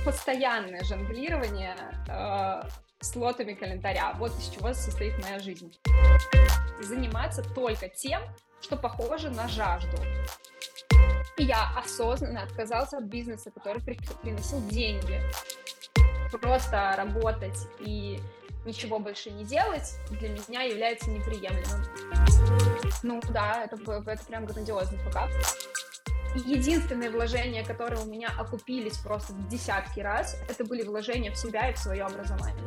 постоянное жонглирование слотами календаря. Вот из чего состоит моя жизнь. Заниматься только тем, что похоже на жажду. И я осознанно отказался от бизнеса, который приносил деньги. Просто работать и ничего больше не делать для меня является неприемлемым. Ну да, это прям грандиозный факап. Единственные вложения, которые у меня окупились просто в десятки раз, это были вложения в себя и в свое образование.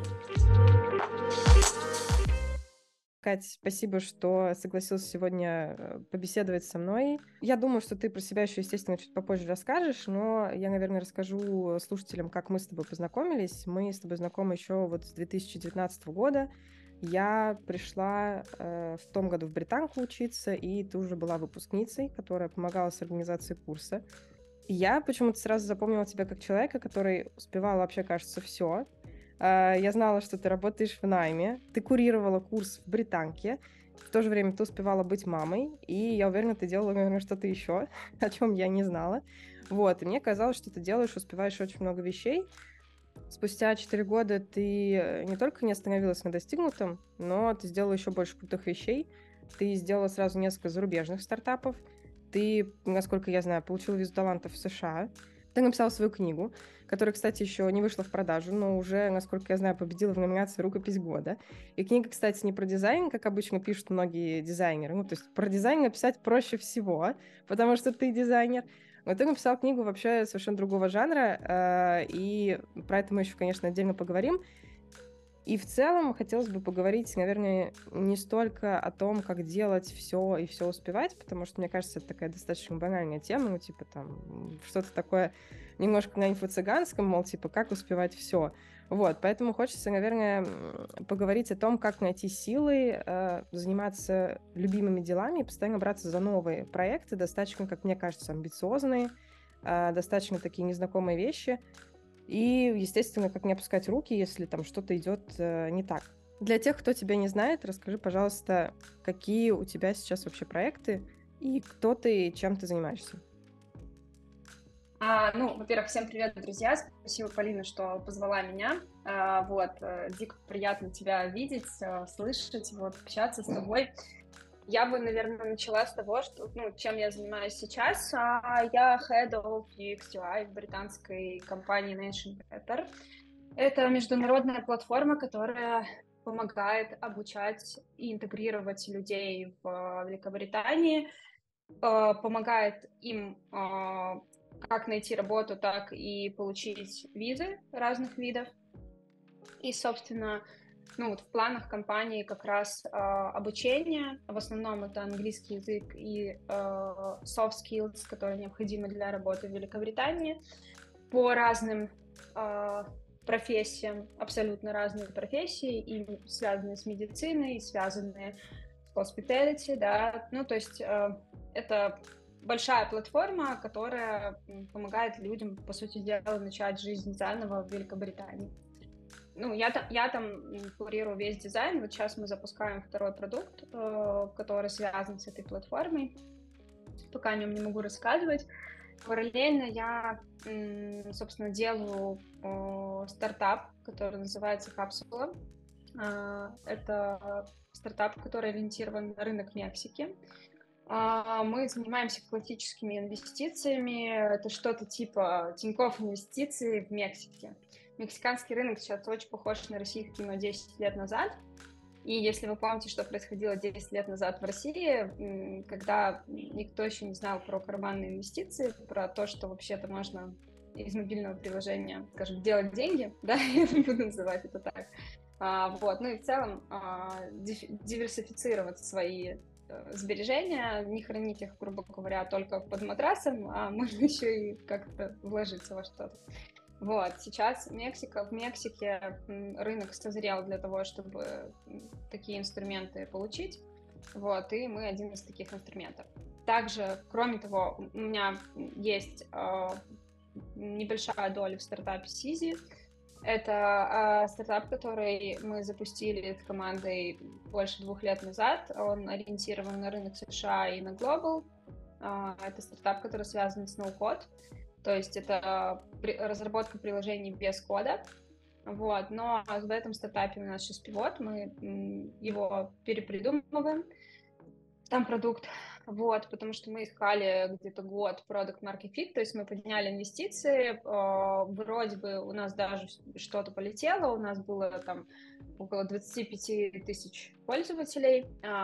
Кать, спасибо, что согласилась сегодня побеседовать со мной. Я думаю, что ты про себя еще, естественно, чуть попозже расскажешь, но я, наверное, расскажу слушателям, как мы с тобой познакомились. Мы с тобой знакомы еще вот с 2019 года. Я пришла в том году в британку учиться, и ты уже была выпускницей, которая помогала с организацией курса. И я почему-то сразу запомнила тебя как человека, который успевал вообще, кажется, все. Я знала, что ты работаешь в найме, ты курировала курс в британке, в то же время ты успевала быть мамой, и я уверена, ты делала, наверное, что-то еще, о чем я не знала. Вот, и мне казалось, что ты делаешь, успеваешь очень много вещей. Спустя 4 года ты не только не остановилась на достигнутом, но ты сделала еще больше крутых вещей. Ты сделала сразу несколько зарубежных стартапов. Ты, насколько я знаю, получила визу талантов в США. Ты написала свою книгу, которая, кстати, еще не вышла в продажу, но уже, насколько я знаю, победила в номинации «Рукопись года». И книга, кстати, не про дизайн, как обычно пишут многие дизайнеры. Ну, то есть про дизайн написать проще всего, потому что ты дизайнер. Но ты написал книгу вообще совершенно другого жанра, и про это мы еще, конечно, отдельно поговорим. И в целом хотелось бы поговорить, наверное, не столько о том, как делать все и все успевать, потому что, мне кажется, это такая достаточно банальная тема, ну, типа там что-то такое немножко на инфо-цыганском, мол, типа, как успевать все. Вот, поэтому хочется, наверное, поговорить о том, как найти силы, заниматься любимыми делами и постоянно браться за новые проекты, достаточно, как мне кажется, амбициозные, достаточно такие незнакомые вещи. И, естественно, как не опускать руки, если там что-то идет не так. Для тех, кто тебя не знает, расскажи, пожалуйста, какие у тебя сейчас вообще проекты и кто ты и чем ты занимаешься. Во-первых, всем привет, друзья. Спасибо, Полина, что позвала меня. Дико приятно тебя видеть, слышать, общаться с тобой. Я бы, наверное, начала с того, что, чем я занимаюсь сейчас. Я Head of UX UI в британской компании Nation Pepper. Это международная платформа, которая помогает обучать и интегрировать людей в Великобритании, помогает им как найти работу, так и получить визы разных видов. И, собственно, в планах компании как раз обучение. В основном это английский язык и soft skills, которые необходимы для работы в Великобритании. По разным профессиям, абсолютно разные профессии, и связанные с медициной, и связанные с hospitality, да. То есть это большая платформа, которая помогает людям, по сути дела, начать жизнь заново в Великобритании. Я там курирую весь дизайн. Вот сейчас мы запускаем второй продукт, который связан с этой платформой. Пока о нем не могу рассказывать. Параллельно я, собственно, делаю стартап, который называется «Капсула». Это стартап, который ориентирован на рынок Мексики. Мы занимаемся классическими инвестициями. Это что-то типа Тинькофф инвестиций в Мексике. Мексиканский рынок сейчас очень похож на российский, но 10 лет назад. И если вы помните, что происходило 10 лет назад в России, когда никто еще не знал про карманные инвестиции, про то, что вообще-то можно из мобильного приложения, скажем, делать деньги, да, я не буду называть это так. И в целом диверсифицировать свои сбережения, не хранить их, грубо говоря, только под матрасом, а можно еще и как-то вложиться во что-то. Сейчас в Мексике рынок созрел для того, чтобы такие инструменты получить, и мы один из таких инструментов. Также, кроме того, у меня есть небольшая доля в стартапе Сизи. Это стартап, который мы запустили с командой больше 2 лет назад. Он ориентирован на рынок США и на Global. Это стартап, который связан с ноу-код. то есть это разработка приложений без кода. Вот, но в этом стартапе у нас сейчас пивот, мы его перепридумываем, там продукт, вот, потому что мы искали где-то год Product Market Fit, то есть мы подняли инвестиции, вроде бы у нас даже что-то полетело, у нас было там около 25 тысяч пользователей,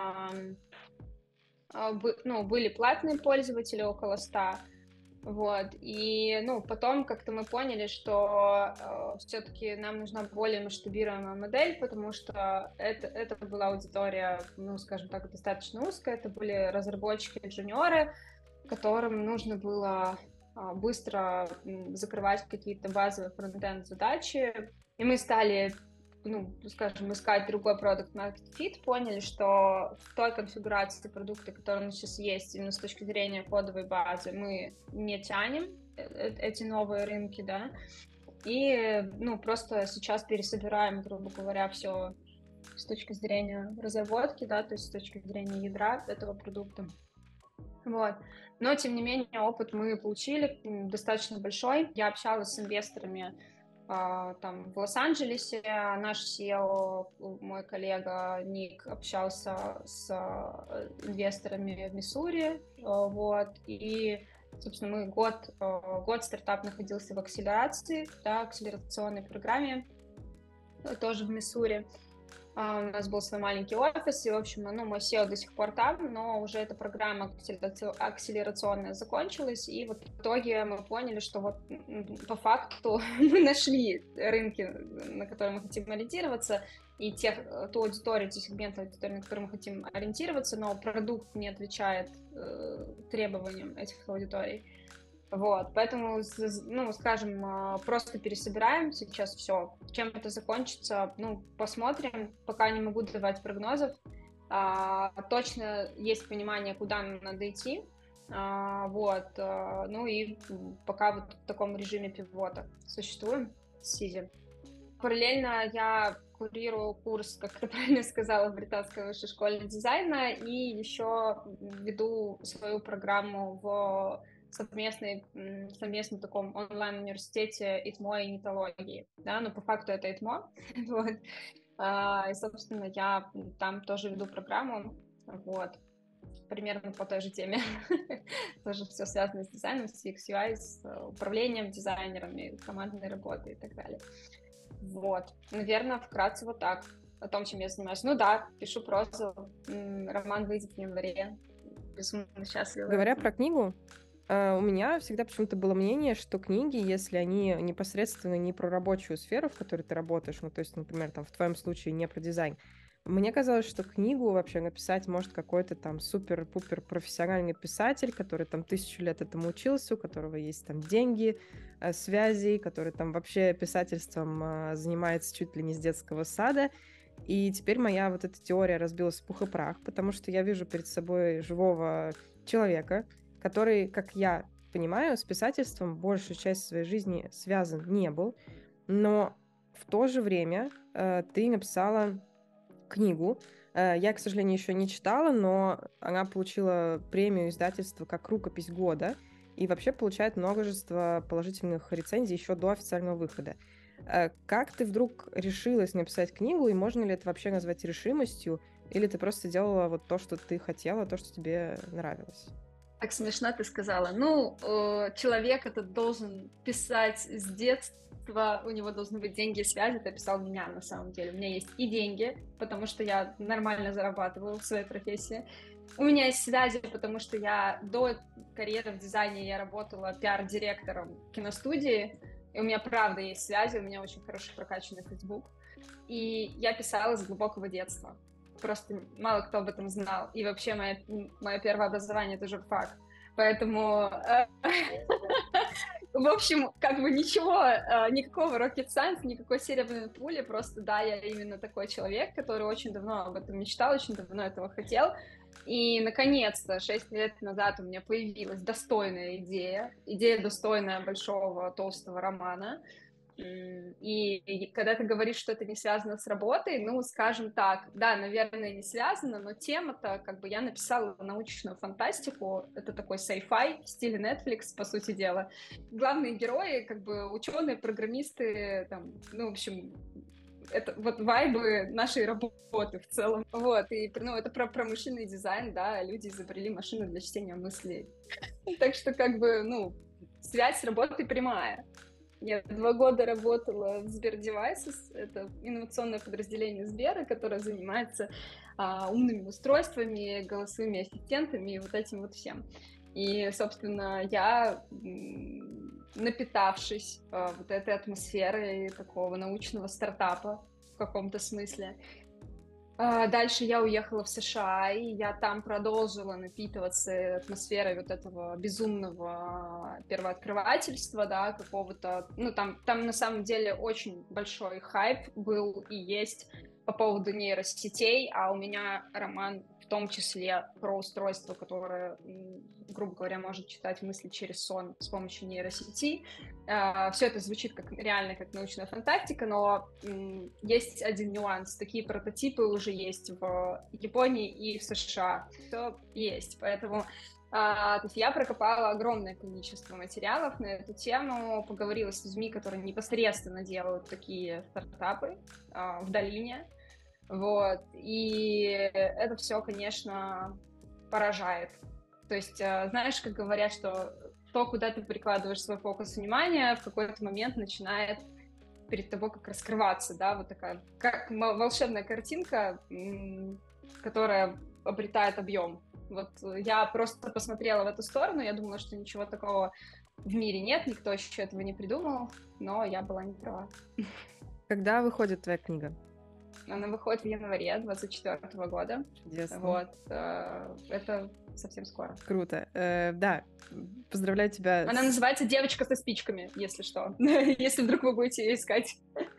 были платные пользователи, около 100. Вот, и, потом как-то мы поняли, что все-таки нам нужна более масштабируемая модель, потому что это была аудитория, скажем так, достаточно узкая, это были разработчики-джуниоры, которым нужно было быстро закрывать какие-то базовые фронтенд задачи, и мы стали искать другой продукт Market Fit, поняли, что в той конфигурации продукта, который у нас сейчас есть, именно с точки зрения кодовой базы, мы не тянем эти новые рынки, да, и, просто сейчас пересобираем, грубо говоря, все с точки зрения разработки, да, то есть с точки зрения ядра этого продукта. Вот. Но, тем не менее, опыт мы получили достаточно большой. Я общалась с инвесторами там в Лос-Анджелесе, наш SEO, мой коллега Ник, общался с инвесторами в Миссури, вот, и, собственно, мы год стартап находился в акселерации, да, акселерационной программе, тоже в Миссури. У нас был свой маленький офис, и, в общем, мой SEO до сих пор там, но уже эта программа акселерационная закончилась, и вот в итоге мы поняли, что вот по факту мы нашли рынки, на которые мы хотим ориентироваться, и ту аудиторию, те сегменты аудитории, на которые мы хотим ориентироваться, но продукт не отвечает требованиям этих аудиторий. Вот, поэтому, скажем, просто пересобираем сейчас все. Чем это закончится, посмотрим. Пока не могу давать прогнозов. Точно есть понимание, куда нам надо идти. Вот, и пока вот в таком режиме пивота существуем с Сизи. Параллельно я курирую курс, как ты правильно сказала, в Британской высшей школе дизайна, и еще веду свою программу в совместном таком онлайн-университете ИТМО и нетологии, да, но по факту это ИТМО, вот, и, собственно, я там тоже веду программу, вот, примерно по той же теме, тоже все связано с дизайном, с UX, UI, с управлением дизайнерами, командной работой и так далее. Вот, наверное, вкратце вот так, о том, чем я занимаюсь. Пишу прозу, роман выйдет в январе, безумно счастлива. Говоря про книгу, у меня всегда почему-то было мнение, что книги, если они непосредственно не про рабочую сферу, в которой ты работаешь, то есть, например, там в твоем случае не про дизайн, мне казалось, что книгу вообще написать может какой-то там супер-пупер профессиональный писатель, который там 1000 лет этому учился, у которого есть там деньги, связи, который там вообще писательством занимается чуть ли не с детского сада. И теперь моя вот эта теория разбилась в пух и прах, потому что я вижу перед собой живого человека, который, как я понимаю, с писательством большую часть своей жизни связан не был, но в то же время ты написала книгу. Я, к сожалению, еще не читала, но она получила премию издательства как рукопись года и вообще получает множество положительных рецензий еще до официального выхода. Как ты вдруг решилась написать книгу, и можно ли это вообще назвать решимостью, или ты просто делала вот то, что ты хотела, то, что тебе нравилось? Так смешно ты сказала. Человек этот должен писать с детства, у него должны быть деньги и связи, это писал меня на самом деле. У меня есть и деньги, потому что я нормально зарабатываю в своей профессии. У меня есть связи, потому что я до карьеры в дизайне я работала пиар-директором киностудии, и у меня правда есть связи, у меня очень хороший прокачанный Facebook. И я писала с глубокого детства. Просто мало кто об этом знал. И вообще мое первое образование — это журфак. Поэтому, в общем, ничего, никакого rocket science, никакой серебряной пули. Просто, да, я именно такой человек, который очень давно об этом мечтал, очень давно этого хотел. И, наконец-то, 6 лет назад у меня появилась достойная идея достойная большого толстого романа. И когда ты говоришь, что это не связано с работой, ну, скажем так, да, наверное, не связано, но тема-то, как бы я написала научную фантастику, это такой sci-fi в стиле Netflix, по сути дела. Главные герои, как бы ученые, программисты, там, ну, в общем, это вот вайбы нашей работы в целом. Вот, и, ну, это про промышленный дизайн, да, люди изобрели машину для чтения мыслей. Так что, как бы, ну, связь с работой прямая. Я 2 года работала в Сбер Devices, это инновационное подразделение Сбера, которое занимается умными устройствами, голосовыми ассистентами и вот этим вот всем. И, собственно, я, напитавшись вот этой атмосферой такого научного стартапа в каком-то смысле, дальше я уехала в США, и я там продолжила напитываться атмосферой вот этого безумного первооткрывательства, да, какого-то, ну, там на самом деле очень большой хайп был и есть по поводу нейросетей, а у меня роман в том числе про устройство, которое, грубо говоря, может читать мысли через сон с помощью нейросети. Все это звучит как реально как научная фантастика, но есть один нюанс. Такие прототипы уже есть в Японии и в США. Все есть, поэтому то есть я прокопала огромное количество материалов на эту тему, поговорила с людьми, которые непосредственно делают такие стартапы в долине. Вот. И это все, конечно, поражает. То есть, знаешь, как говорят, что то, куда ты прикладываешь свой фокус внимания, в какой-то момент начинает перед тобой как раскрываться, да, вот такая, как волшебная картинка, которая обретает объем. Вот я просто посмотрела в эту сторону, я думала, что ничего такого в мире нет, никто еще этого не придумал, но я была не права. Когда выходит твоя книга? Она выходит в январе 2024 года. Чудесно. Вот. Это совсем скоро. Круто. Да, поздравляю тебя. Она называется «Девочка со спичками», если что. Если вдруг вы будете ее искать.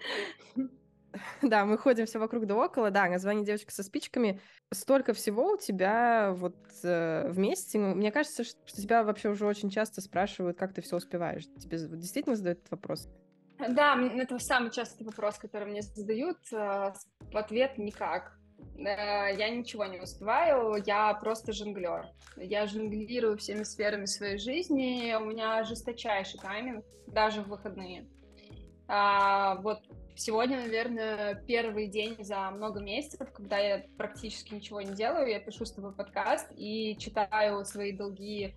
Да, мы ходим все вокруг да около. Да, название «Девочка со спичками». Столько всего у тебя вот вместе. Мне кажется, что тебя вообще уже очень часто спрашивают, как ты все успеваешь. Тебе действительно задают этот вопрос? Да, это самый частый вопрос, который мне задают. Ответ — никак. Я ничего не успеваю, я просто жонглер. Я жонглирую всеми сферами своей жизни, у меня жесточайший тайминг, даже в выходные. Вот сегодня, наверное, первый день за много месяцев, когда я практически ничего не делаю, я пишу с тобой подкаст и читаю свои долги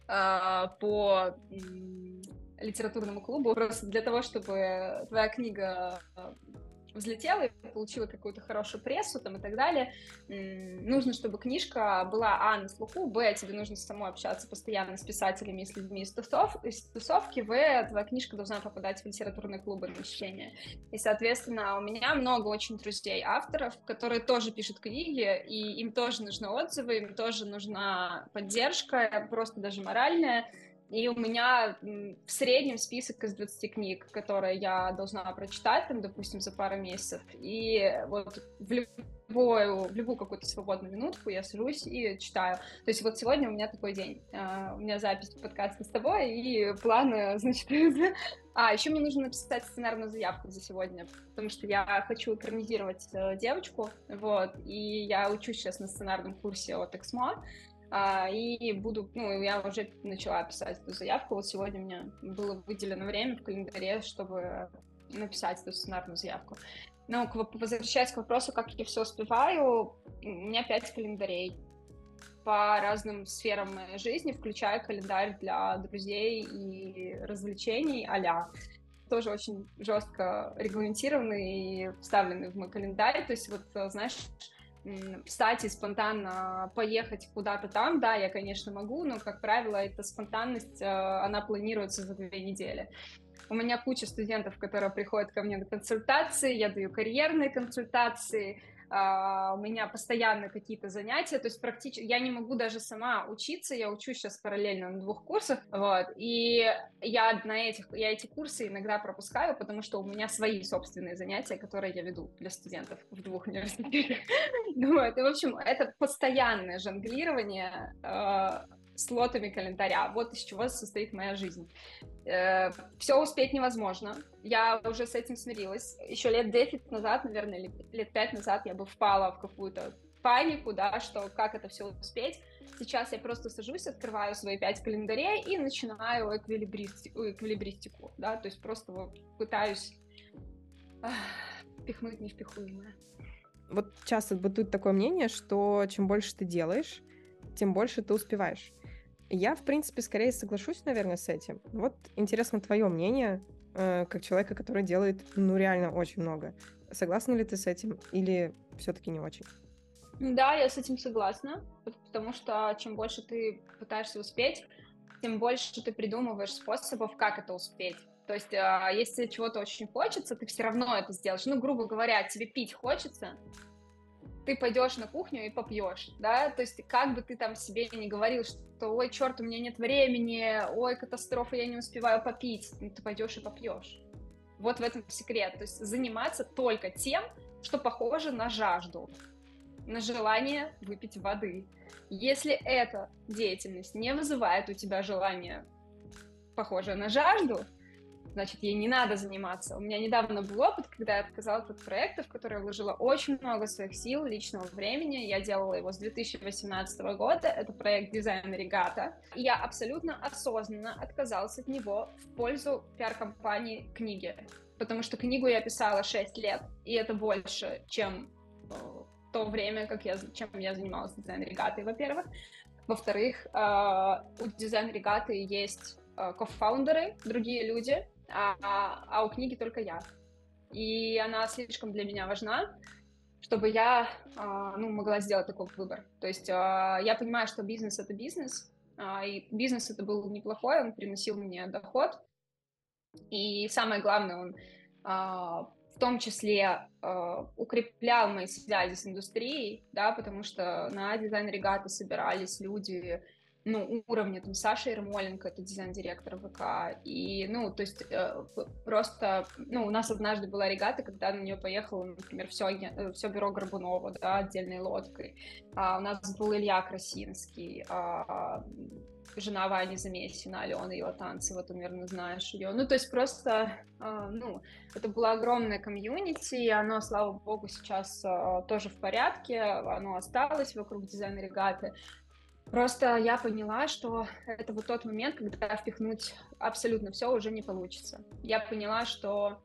по литературному клубу, просто для того, чтобы твоя книга взлетела и получила какую-то хорошую прессу там и так далее. Нужно, чтобы книжка была, на слуху, тебе нужно самой общаться постоянно с писателями и с людьми из тусовки, твоя книжка должна попадать в литературные клубы на чтение. И, соответственно, у меня много очень друзей-авторов, которые тоже пишут книги, и им тоже нужны отзывы, им тоже нужна поддержка, просто даже моральная. И у меня в среднем список из 20 книг, которые я должна прочитать, там, допустим, за пару месяцев. И вот в любую какую-то свободную минутку я сажусь и читаю. То есть вот сегодня у меня такой день. У меня запись подкаста с тобой и планы, значит... еще мне нужно написать сценарную заявку за сегодня, потому что я хочу экранизировать девочку, вот, и я учусь сейчас на сценарном курсе от Эксмо, и буду, я уже начала писать эту заявку. Вот сегодня у меня было выделено время в календаре, чтобы написать эту сценарную заявку. Но возвращаясь к вопросу, как я все успеваю, у меня 5 календарей по разным сферам моей жизни, включая календарь для друзей и развлечений а-ля. Тоже очень жестко регламентированный и вставленный в мой календарь. То есть вот, знаешь, встать и спонтанно поехать куда-то там, да, я, конечно, могу, но, как правило, эта спонтанность, она планируется за 2 недели. У меня куча студентов, которые приходят ко мне на консультации, я даю карьерные консультации, у меня постоянно какие-то занятия, то есть практически я не могу даже сама учиться, я учусь сейчас параллельно на 2 курсах, вот, и я эти курсы иногда пропускаю, потому что у меня свои собственные занятия, которые я веду для студентов в 2 университетах, вот, и, в общем, это постоянное жонглирование слотами календаря. Вот из чего состоит моя жизнь. Все успеть невозможно. Я уже с этим смирилась. Еще лет 10 назад, наверное, или лет 5 назад я бы впала в какую-то панику, да, что как это все успеть. Сейчас я просто сажусь, открываю свои 5 календарей и начинаю эквилибристику, да, то есть просто вот пытаюсь пихнуть невпихуемое. Вот часто бытует такое мнение, что чем больше ты делаешь, тем больше ты успеваешь. Я, в принципе, скорее соглашусь, наверное, с этим. Вот интересно твое мнение, как человека, который делает, ну, реально очень много. Согласна ли ты с этим или все-таки не очень? Да, я с этим согласна, потому что чем больше ты пытаешься успеть, тем больше ты придумываешь способов, как это успеть. То есть, если чего-то очень хочется, ты все равно это сделаешь. Ну, грубо говоря, тебе пить хочется, ты пойдешь на кухню и попьешь, да, то есть как бы ты там себе не говорил, что ой, черт, у меня нет времени, ой, катастрофа, я не успеваю попить, ну, ты пойдешь и попьешь. Вот в этом секрет, то есть заниматься только тем, что похоже на жажду, на желание выпить воды. Если эта деятельность не вызывает у тебя желания, похожее на жажду, значит, ей не надо заниматься. У меня недавно был опыт, когда я отказалась от проекта, в который я вложила очень много своих сил, личного времени. Я делала его с 2018 года. Это проект «Дизайн регата». И я абсолютно осознанно отказалась от него в пользу пиар-компании книги. Потому что книгу я писала 6 лет, и это больше, чем то время, чем я занималась дизайн-регатой, во-первых. Во-вторых, у дизайн-регаты есть кофаундеры, другие люди, а у книги только я. И она слишком для меня важна, чтобы я могла сделать такой выбор. То есть я понимаю, что бизнес — это бизнес, и бизнес это был неплохой, он приносил мне доход. И самое главное, он в том числе укреплял мои связи с индустрией, да, потому что на дизайн-регаты собирались люди, ну, уровня там Саши Ермоленко, это дизайн-директор ВК, и, ну, то есть просто, ну, у нас однажды была регата, когда на нее поехало, например, все бюро Горбунова, да, отдельной лодкой, у нас был Илья Красинский, жена Вани Замесина, Алена Елатанцева, ты, наверное, знаешь ее. Ну, то есть просто, это была огромная комьюнити, и оно, слава богу, сейчас тоже в порядке, оно осталось вокруг дизайн-регаты. Просто я поняла, что это вот тот момент, когда впихнуть абсолютно все уже не получится. Я поняла, что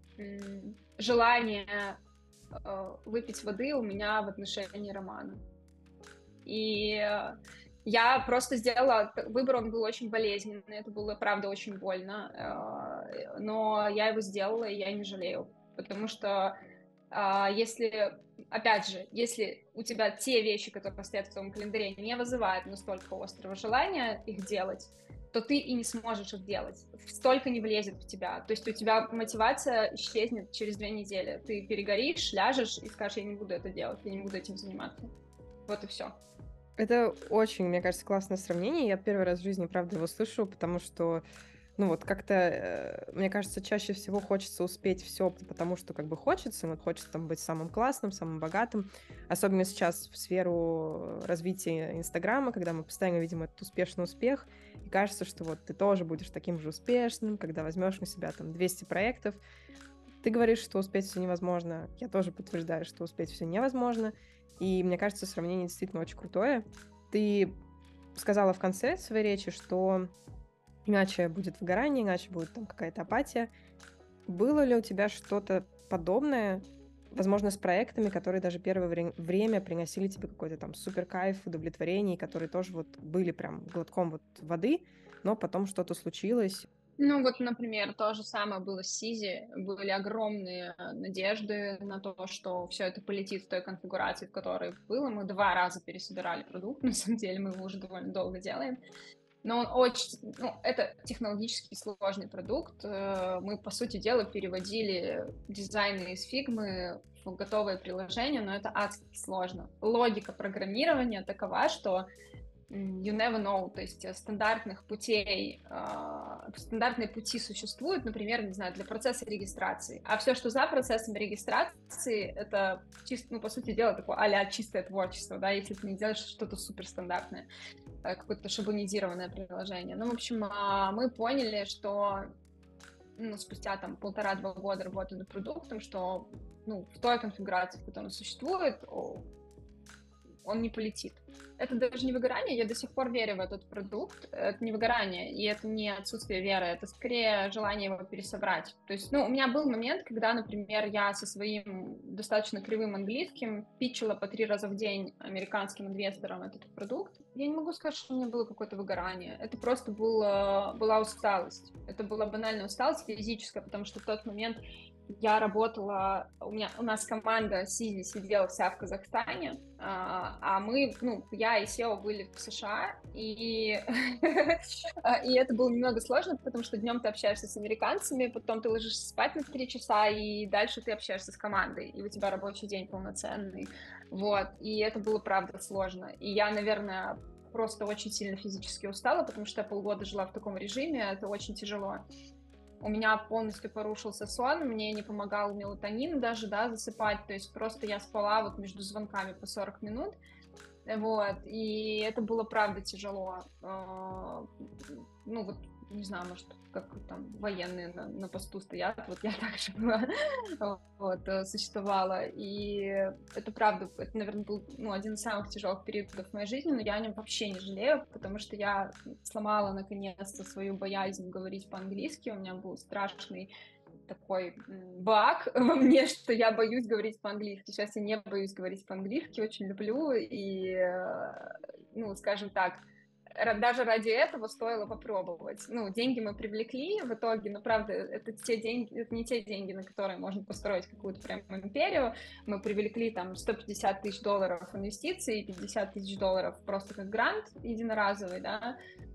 желание выпить воды у меня в отношении романа. И я просто сделала выбор, он был очень болезненный, это было, правда, очень больно, но я его сделала, и я не жалею, потому что если, опять же, если у тебя те вещи, которые стоят в твоем календаре, не вызывают настолько острого желания их делать, то ты и не сможешь их делать, столько не влезет в тебя, то есть у тебя мотивация исчезнет через 2 недели, ты перегоришь, ляжешь и скажешь, я не буду это делать, я не буду этим заниматься, вот и все. Это очень, мне кажется, классное сравнение. Я первый раз в жизни, правда, его слышу, потому что, ну вот как-то, мне кажется, чаще всего хочется успеть все, потому что как бы хочется, вот хочется там быть самым классным, самым богатым. Особенно сейчас в сферу развития Инстаграма, когда мы постоянно видим этот успешный успех, и кажется, что вот ты тоже будешь таким же успешным, когда возьмешь на себя там 200 проектов. Ты говоришь, что успеть все невозможно. Я тоже подтверждаю, что успеть все невозможно. И мне кажется, сравнение действительно очень крутое. Ты сказала в конце своей речи, что иначе будет выгорание, иначе будет там какая-то апатия. Было ли у тебя что-то подобное, возможно, с проектами, которые даже первое время приносили тебе какой-то там супер кайф, удовлетворение, которые тоже вот были прям глотком вот воды, но потом что-то случилось? Ну вот, например, то же самое было с Сизи. Были огромные надежды на то, что все это полетит в той конфигурации, в которой было. Мы 2 раза пересобирали продукт, на самом деле мы его уже довольно долго делаем. Но он очень, это технологически сложный продукт. Мы, по сути дела, переводили дизайны из фигмы в готовое приложение, но это адски сложно. Логика программирования такова, что you never know, то есть стандартных путей, стандартные пути существуют, например, не знаю, для процесса регистрации, а все, что за процессом регистрации, это чисто, ну, по сути дела, такое а-ля чистое творчество, да, если ты не делаешь что-то суперстандартное, какое-то шаблонизированное приложение. Ну, в общем, мы поняли, что ну, спустя там 1,5-2 года работы над продуктом, что ну, в той конфигурации, в которой он существует, он не полетит. Это даже не выгорание, я до сих пор верю в этот продукт, это не выгорание, и это не отсутствие веры, это скорее желание его пересобрать. То есть, ну, у меня был момент, когда, например, я со своим достаточно кривым английским питчила по 3 раза в день американским инвесторам этот продукт. Я не могу сказать, что у меня было какое-то выгорание, это просто была усталость, это была банальная усталость физическая, потому что в тот момент я работала, у нас команда Сизи сидела вся в Казахстане, а мы, ну, я и Сео были в США, и это было немного сложно, потому что днем ты общаешься с американцами, потом ты ложишься спать на 3 часа, и дальше ты общаешься с командой, и у тебя рабочий день полноценный, вот, и это было, правда, сложно, и я, наверное, просто очень сильно физически устала, потому что я полгода жила в таком режиме, это очень тяжело. У меня полностью порушился сон, мне не помогал мелатонин даже, да, засыпать, то есть просто я спала вот между звонками по 40 минут, вот, и это было, правда, тяжело. Ну, вот, не знаю, может, как там военные на посту стоят, вот я так же была, вот, существовала, и это правда, это, наверное, был, ну, один из самых тяжелых периодов в моей жизни, но я о нем вообще не жалею, потому что я сломала, наконец-то, свою боязнь говорить по-английски, у меня был страшный такой баг во мне, что я боюсь говорить по-английски. Сейчас я не боюсь говорить по-английски, очень люблю, и, ну, скажем так, даже ради этого стоило попробовать. Ну, деньги мы привлекли в итоге, но, правда, это те деньги, это не те деньги, на которые можно построить какую-то прям империю. Мы привлекли там $150 тысяч инвестиций, $50 тысяч просто как грант единоразовый, да,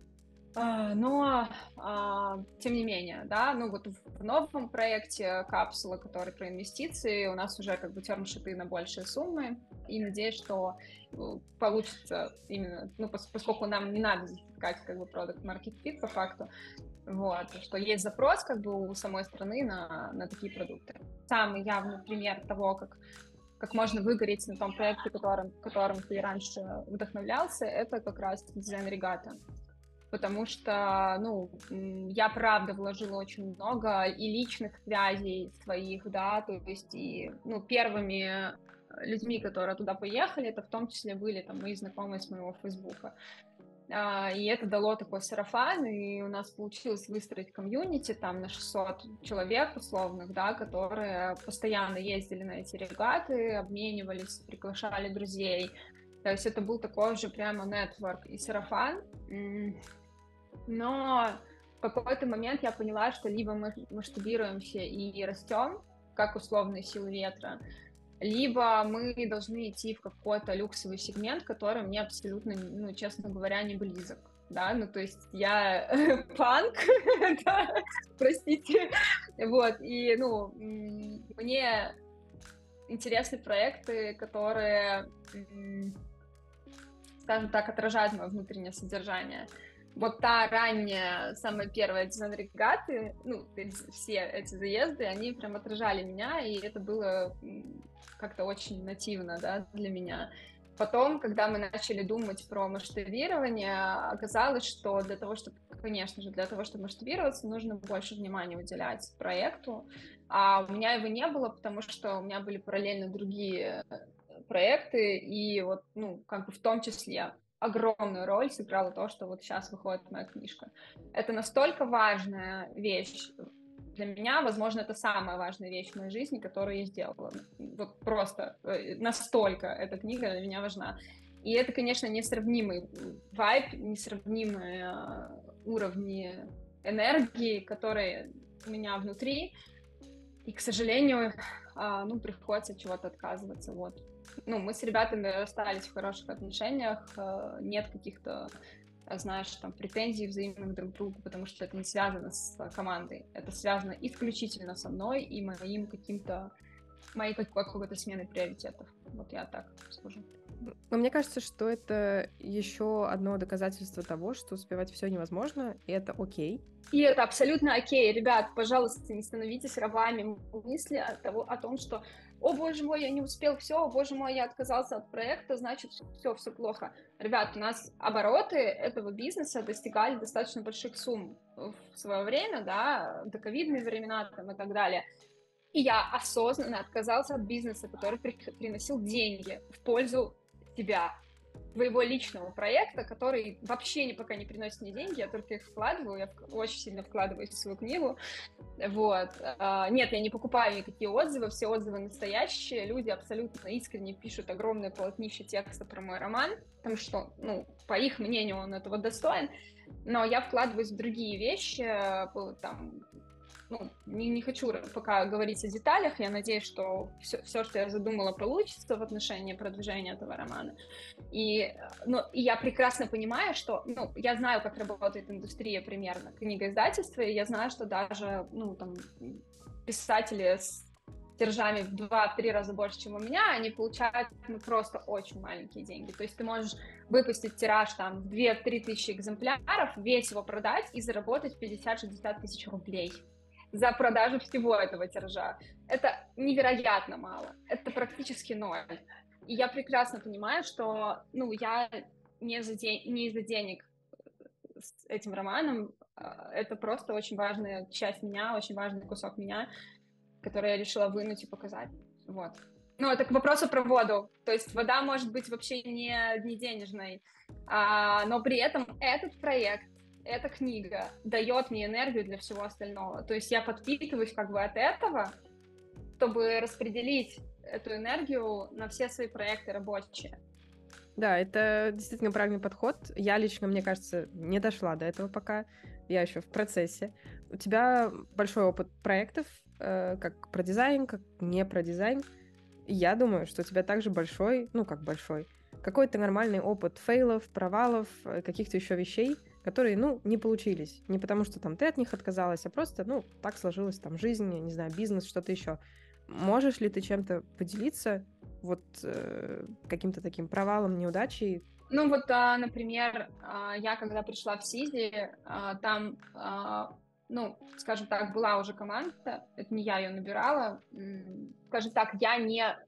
но, тем не менее, да, ну вот в новом проекте «Капсула», который про инвестиции, у нас уже как бы термшиты на большие суммы, и надеюсь, что получится именно, ну, поскольку нам не надо запускать как бы product market fit по факту, вот, что есть запрос как бы у самой страны на такие продукты. Самый явный пример того, как можно выгореть на том проекте, которым ты раньше вдохновлялся, это как раз дизайн регата. Потому что, ну, я правда вложила очень много и личных связей своих, да, то есть и, ну, первыми людьми, которые туда поехали, это в том числе были там мои знакомые с моего Фейсбука. И это дало такой сарафан, и у нас получилось выстроить комьюнити там на 600 человек условных, да, которые постоянно ездили на эти регаты, обменивались, приглашали друзей. То есть это был такой же прямо нетворк и сарафан. Но в какой-то момент я поняла, что либо мы масштабируемся и растем, как условные силы ветра, либо мы должны идти в какой-то люксовый сегмент, который мне абсолютно, ну, честно говоря, не близок. Да, ну, то есть я панк, да, простите, вот, и, ну, мне интересны проекты, которые, скажем так, отражают мое внутреннее содержание. Вот та ранняя, самая первая дизайн-регаты, ну, все эти заезды, они прям отражали меня, и это было как-то очень нативно, да, для меня. Потом, когда мы начали думать про масштабирование, оказалось, что для того, чтобы, конечно же, для того, чтобы масштабироваться, нужно больше внимания уделять проекту, а у меня его не было, потому что у меня были параллельно другие проекты, и вот, ну, как бы в том числе огромную роль сыграло то, что вот сейчас выходит моя книжка. Это настолько важная вещь для меня, возможно, это самая важная вещь в моей жизни, которую я сделала. Вот просто настолько эта книга для меня важна. И это, конечно, несравнимый вайб, несравнимые уровни энергии, которые у меня внутри. И, к сожалению, ну, приходится от чего-то отказываться, вот. Ну, мы с ребятами расстались в хороших отношениях, нет каких-то, знаешь, там, претензий взаимных друг к другу, потому что это не связано с командой, это связано исключительно со мной и моей какой-то сменой приоритетов, вот я так скажу. Но мне кажется, что это еще одно доказательство того, что успевать все невозможно, и это окей. И это абсолютно окей. Ребят, пожалуйста, не становитесь рабами мысли о том, что «О, боже мой, я не успел все, о, боже мой, я отказался от проекта, значит, все плохо». Ребят, у нас обороты этого бизнеса достигали достаточно больших сумм в свое время, да, до ковидные времена там, и так далее. И я осознанно отказался от бизнеса, который приносил деньги в пользу тебя, твоего личного проекта, который вообще пока не приносит мне деньги, я только их вкладываю, я очень сильно вкладываюсь в свою книгу, вот. Нет, я не покупаю никакие отзывы, все отзывы настоящие, люди абсолютно искренне пишут огромное полотнище текста про мой роман, потому что, ну, по их мнению, он этого достоин, но я вкладываюсь в другие вещи, там, ну, не хочу пока говорить о деталях, я надеюсь, что все, что я задумала, получится в отношении продвижения этого романа. И я прекрасно понимаю, что, ну, я знаю, как работает индустрия примерно книгоиздательства, и я знаю, что даже, ну, там, писатели с тиражами в 2-3 раза больше, чем у меня, они получают, ну, просто очень маленькие деньги. То есть ты можешь выпустить тираж там в 2-3 тысячи экземпляров, весь его продать и заработать 50-60 тысяч рублей за продажу всего этого тиража. Это невероятно мало. Это практически ноль. И я прекрасно понимаю, что, ну, я не из-за денег с этим романом. Это просто очень важная часть меня, очень важный кусок меня, который я решила вынуть и показать. Вот. Ну, это к вопросу про воду. То есть вода может быть вообще не денежной, но при этом этот проект, эта книга дает мне энергию для всего остального. То есть я подпитываюсь как бы от этого, чтобы распределить эту энергию на все свои проекты рабочие. Да, это действительно правильный подход. Я лично, мне кажется, не дошла до этого пока. Я еще в процессе. У тебя большой опыт проектов, как про дизайн, как не про дизайн. И я думаю, что у тебя также большой, ну как большой, какой-то нормальный опыт фейлов, провалов, каких-то еще вещей, которые, ну, не получились. Не потому, что там ты от них отказалась, а просто, ну, так сложилась там жизнь, не знаю, бизнес, что-то еще. Можешь ли ты чем-то поделиться, вот каким-то таким провалом, неудачей? Ну вот, например, я когда пришла в Сизи, там, ну, скажем так, была уже команда, это не я ее набирала, скажем так, я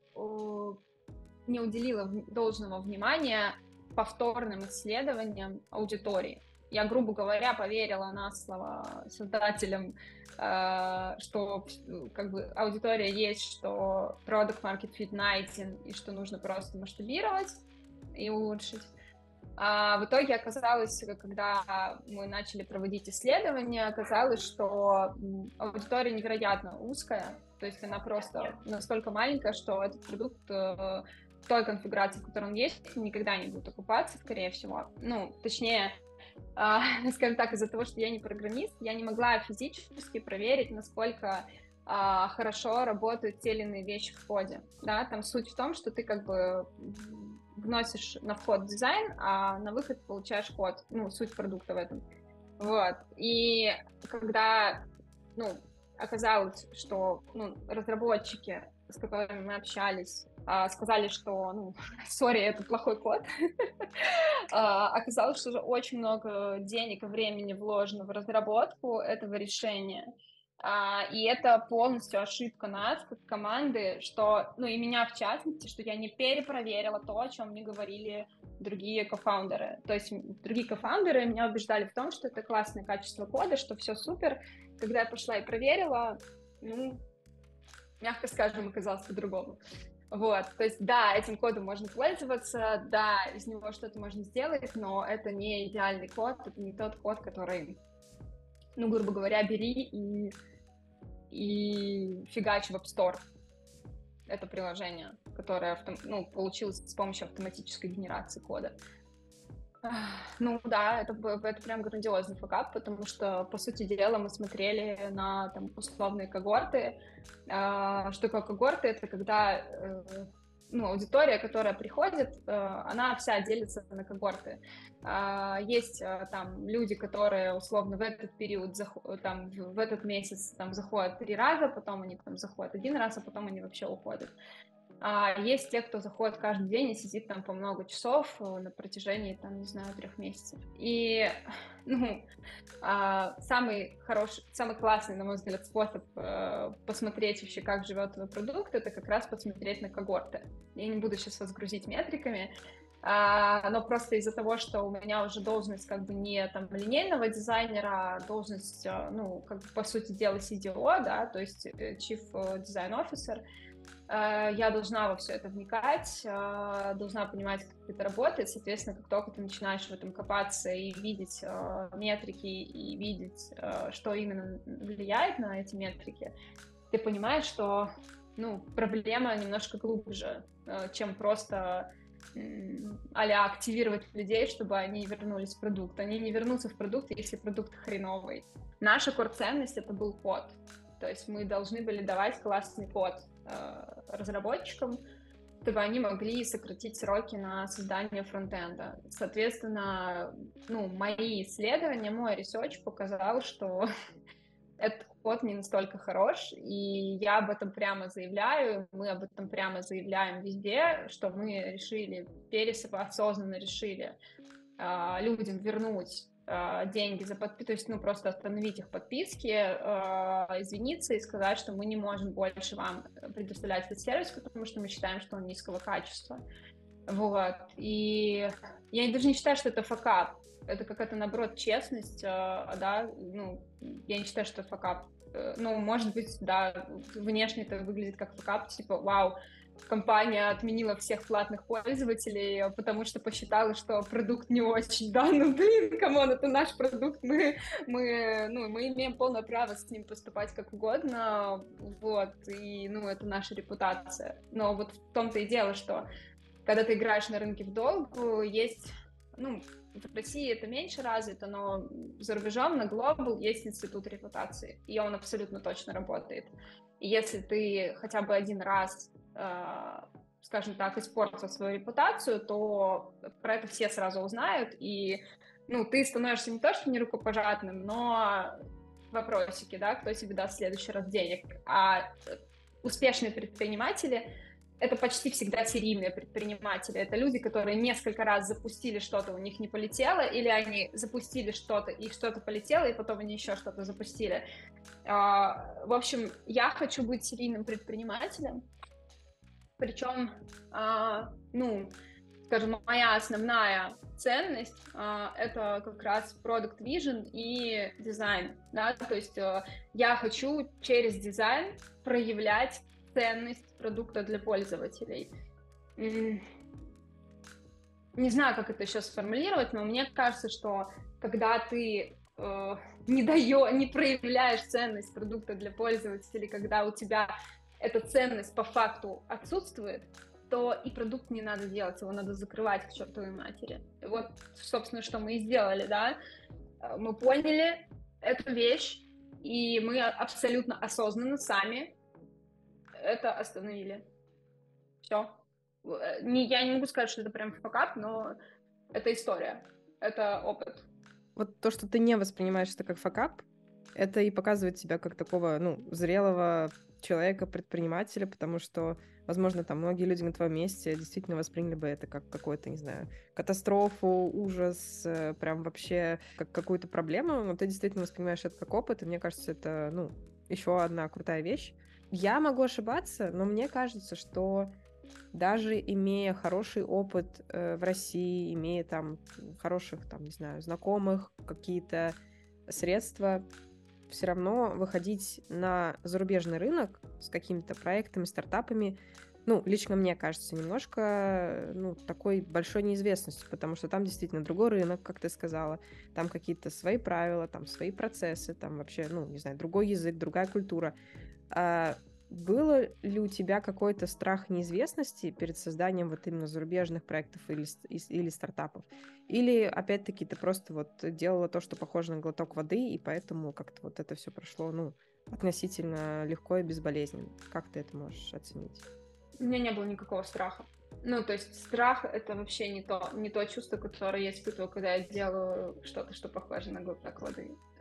не уделила должного внимания повторным исследованиям аудитории. Я, грубо говоря, поверила на слово создателям, что как бы аудитория есть, что product market fit найден, и что нужно просто масштабировать и улучшить. В итоге оказалось, когда мы начали проводить исследования, оказалось, что аудитория невероятно узкая, то есть она просто настолько маленькая, что этот продукт в той конфигурации, в которой он есть, никогда не будет окупаться, скорее всего. Ну, точнее, скажем так, из-за того, что я не программист, я не могла физически проверить, насколько хорошо работают те или иные вещи в коде. Да? Там суть в том, что ты как бы вносишь на вход дизайн, а на выход получаешь код. Ну, суть продукта в этом. Вот. И когда, ну, оказалось, что, ну, разработчики, с которыми мы общались, сказали, что, ну, сори, это плохой код. Оказалось, что уже очень много денег и времени вложено в разработку этого решения. И это полностью ошибка нас, как команды, что, ну, и меня в частности, что я не перепроверила то, о чем мне говорили другие кофаундеры. То есть другие кофаундеры меня убеждали в том, что это классное качество кода, что все супер. Когда я пошла и проверила, ну, мягко скажем, оказалось по-другому. Вот, то есть, да, этим кодом можно пользоваться, да, из него что-то можно сделать, но это не идеальный код, это не тот код, который, ну, грубо говоря, бери и фигач в App Store. Это приложение, которое, ну, получилось с помощью автоматической генерации кода. Ну да, это прям грандиозный факап, потому что, по сути дела, мы смотрели на там условные когорты. Что такое когорты? Это когда ну, аудитория, которая приходит, она вся делится на когорты. Есть там люди, которые условно в этот период, там, в этот месяц там заходят 3 раза, потом они там заходят 1 раз, а потом они вообще уходят. А есть те, кто заходит каждый день и сидит там по много часов на протяжении, там, не знаю, 3 месяцев. И, ну, самый хороший, самый классный, на мой взгляд, способ посмотреть вообще, как живет твой продукт, это как раз посмотреть на когорты. Я не буду сейчас вас грузить метриками, но просто из-за того, что у меня уже должность как бы не там линейного дизайнера, а должность, ну, как бы по сути дела CDO, да, то есть Chief Design Officer, я должна во все это вникать, должна понимать, как это работает. Соответственно, как только ты начинаешь в этом копаться и видеть метрики, и видеть, что именно влияет на эти метрики, ты понимаешь, что, ну, проблема немножко глубже, чем просто а-ля активировать людей, чтобы они вернулись в продукт. Они не вернутся в продукт, если продукт хреновый. Наша core-ценность — это был код. То есть мы должны были давать классный код разработчикам, чтобы они могли сократить сроки на создание фронтенда. Соответственно, ну, мои исследования, мой ресерч показал, что этот код не настолько хорош, и я об этом прямо заявляю, мы об этом прямо заявляем везде, что мы решили, осознанно решили людям вернуть деньги за подписку, то есть, ну, просто остановить их подписки, извиниться и сказать, что мы не можем больше вам предоставлять этот сервис, потому что мы считаем, что он низкого качества. Вот. И я даже не считаю, что это факап. Это какая-то, наоборот, честность, да, ну, я не считаю, что это факап. Ну, может быть, да, внешне это выглядит как факап, типа, вау, компания отменила всех платных пользователей, потому что посчитала, что продукт не очень, да, ну, блин, камон, это наш продукт, мы имеем полное право с ним поступать как угодно, вот, и, ну, это наша репутация. Но вот в том-то и дело, что когда ты играешь на рынке в долгу, есть, ну, в России это меньше развито, но за рубежом на Global есть институт репутации, и он абсолютно точно работает. И если ты хотя бы один раз, скажем так, испортил свою репутацию, то про это все сразу узнают, и, ну, ты становишься не то что не рукопожатным, но вопросики, да, кто тебе даст в следующий раз денег. А успешные предприниматели — это почти всегда серийные предприниматели. Это люди, которые несколько раз запустили что-то, у них не полетело, или они запустили что-то, и что-то полетело, и потом они еще что-то запустили. В общем, я хочу быть серийным предпринимателем, причем, ну, скажем, моя основная ценность это как раз product vision и дизайн, да, то есть я хочу через дизайн проявлять ценность продукта для пользователей. Не знаю, как это еще сформулировать, но мне кажется, что когда ты не проявляешь ценность продукта для пользователей, когда у тебя эта ценность по факту отсутствует, то и продукт не надо делать, его надо закрывать к чертовой матери. И вот, собственно, что мы и сделали, да. Мы поняли эту вещь, и мы абсолютно осознанно сами это остановили. Все. Я не могу сказать, что это прям факап, но это история, это опыт. Вот то, что ты не воспринимаешь это как факап, это и показывает тебя как такого, ну, зрелого человека, предпринимателя, потому что, возможно, там многие люди на твоем месте действительно восприняли бы это как какую-то, не знаю, катастрофу, ужас, прям вообще как какую-то проблему, но ты действительно воспринимаешь это как опыт, и мне кажется, это, ну, еще одна крутая вещь. Я могу ошибаться, но мне кажется, что даже имея хороший опыт в России, имея там хороших, там, не знаю, знакомых, какие-то средства, все равно выходить на зарубежный рынок с какими-то проектами, стартапами, ну, лично мне кажется, немножко, ну, такой большой неизвестностью, потому что там действительно другой рынок, как ты сказала, там какие-то свои правила, там свои процессы, там вообще, ну, не знаю, другой язык, другая культура. Было ли у тебя какой-то страх неизвестности перед созданием вот именно зарубежных проектов или стартапов? Или, опять-таки, ты просто вот делала то, что похоже на глоток воды, и поэтому как-то вот это все прошло, ну, относительно легко и безболезненно? Как ты это можешь оценить? У меня не было никакого страха. Ну, то есть страх — это вообще не то чувство, которое я испытываю, когда я делаю что-то, что похоже на глоток воды.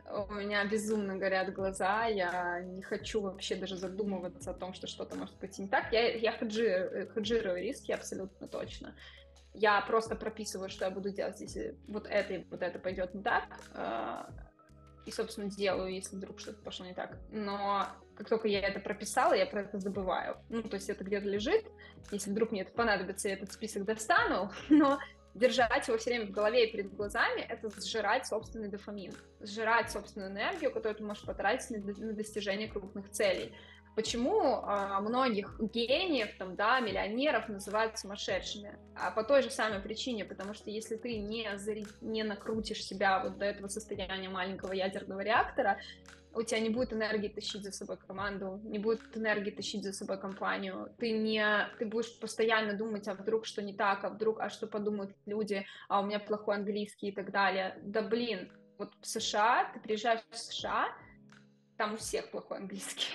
У меня безумно горят глаза, я не хочу вообще даже задумываться о том, что что-то может быть не так. Я хеджирую риски абсолютно точно. Я просто прописываю, что я буду делать, если вот это и вот это пойдет не так. И, собственно, делаю, если вдруг что-то пошло не так. Но как только я это прописала, я про это забываю. Ну, то есть это где-то лежит. Если вдруг мне это понадобится, я этот список достану. Но держать его все время в голове и перед глазами — это сжирать собственный дофамин, сжирать собственную энергию, которую ты можешь потратить на достижение крупных целей. Почему многих гениев, там, да, миллионеров называют сумасшедшими? А по той же самой причине, потому что если ты не накрутишь себя вот до этого состояния маленького ядерного реактора, у тебя не будет энергии тащить за собой команду, не будет энергии тащить за собой компанию, ты будешь постоянно думать, а вдруг что не так, а что подумают люди, а у меня плохой английский и так далее. Да блин, вот в США, ты приезжаешь в США, там у всех плохой английский.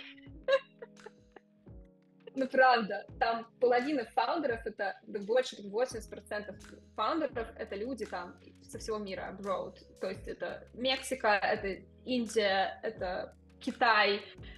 Ну, правда, там половина фаундеров, это больше 80% фаундеров, это люди там со всего мира, abroad. То есть это Мексика, это Индия, это Китай,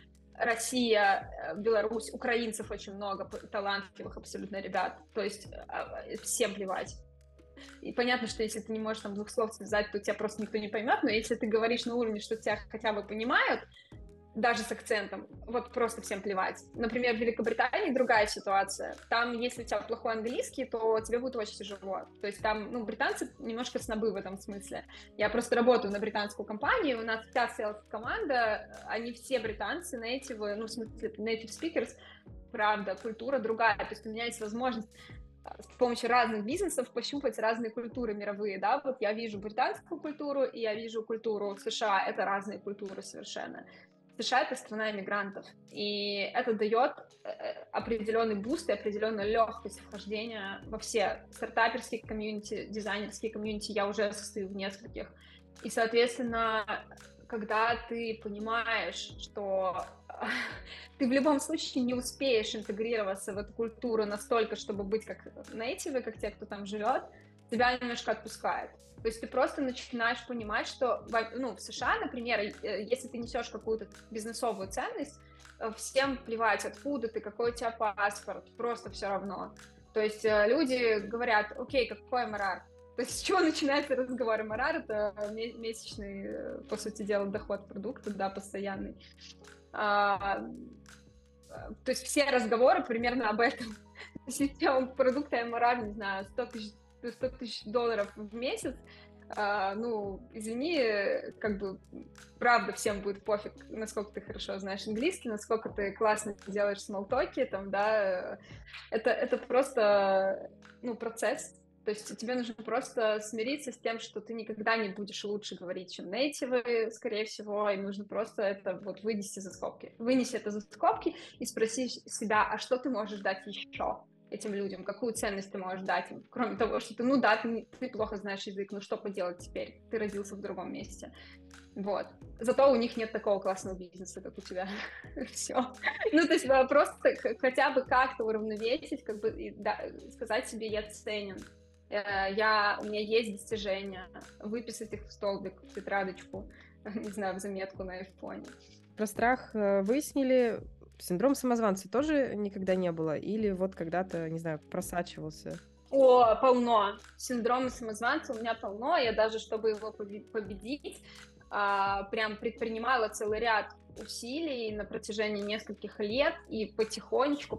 Россия, Беларусь, украинцев очень много, талантливых абсолютно ребят. То есть всем плевать. И понятно, что если ты не можешь там 2 слов связать, то тебя просто никто не поймет, но если ты говоришь на уровне, что тебя хотя бы понимают, даже с акцентом, вот просто всем плевать. Например, в Великобритании другая ситуация. Там, если у тебя плохой английский, то тебе будет очень тяжело. То есть там, ну, британцы немножко снобы в этом смысле. Я просто работаю на британскую компанию, у нас вся селс-команда, они все британцы, native, ну, в смысле, native speakers, правда, культура другая. То есть у меня есть возможность с помощью разных бизнесов пощупать разные культуры мировые, да, вот я вижу британскую культуру, и я вижу культуру США, это разные культуры совершенно. США — это страна иммигрантов, и это дает определенный буст и определенную легкость вхождения во все стартаперские комьюнити, дизайнерские комьюнити, я уже состою в нескольких, и, соответственно, когда ты понимаешь, что ты в любом случае не успеешь интегрироваться в эту культуру настолько, чтобы быть как нейтивы, как те, кто там живет, тебя немножко отпускает. То есть ты просто начинаешь понимать, что, ну, в США, например, если ты несешь какую-то бизнесовую ценность, всем плевать, откуда ты, какой у тебя паспорт, просто все равно. То есть люди говорят: окей, какой МРР? То есть с чего начинается разговор? МРР — это месячный, по сути дела, доход продукта, да, постоянный. То есть все разговоры примерно об этом. Если у тебя продукта МРР, не знаю, $100 тысяч в месяц, ну, извини, как бы, правда, всем будет пофиг, насколько ты хорошо знаешь английский, насколько ты классно делаешь смолтоки, там, да, это просто, ну, процесс. То есть тебе нужно просто смириться с тем, что ты никогда не будешь лучше говорить, чем нейтивы, скорее всего, и нужно просто это вот вынести за скобки. Вынеси это за скобки и спроси себя, а что ты можешь дать еще этим людям, какую ценность ты можешь дать им, кроме того, что ты, ну да, ты плохо знаешь язык, ну что поделать теперь, ты родился в другом месте. Вот. Зато у них нет такого классного бизнеса, как у тебя. Все. Ну, то есть просто хотя бы как-то уравновесить, как бы и, да, сказать себе: я ценен, у меня есть достижения, выписать их в столбик, в тетрадочку, не знаю, в заметку на айфоне. Про страх выяснили. Синдром самозванца тоже никогда не было? Или вот когда-то, не знаю, просачивался? О, полно. Синдрома самозванца у меня полно. Я даже, чтобы его победить, прям предпринимала целый ряд усилий на протяжении нескольких лет, и потихонечку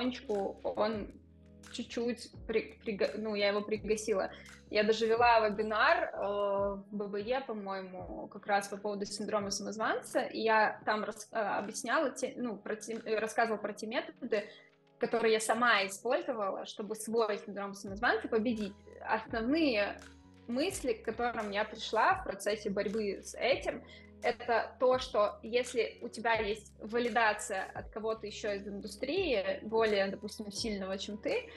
он чуть-чуть, ну, я его пригасила. Я даже вела вебинар в ББЕ, по-моему, как раз по поводу синдрома самозванца, и я там объясняла, рассказывала про те методы, которые я сама использовала, чтобы свой синдром самозванца победить. Основные мысли, к которым я пришла в процессе борьбы с этим, это то, что если у тебя есть валидация от кого-то еще из индустрии, более, допустим, сильного, чем ты,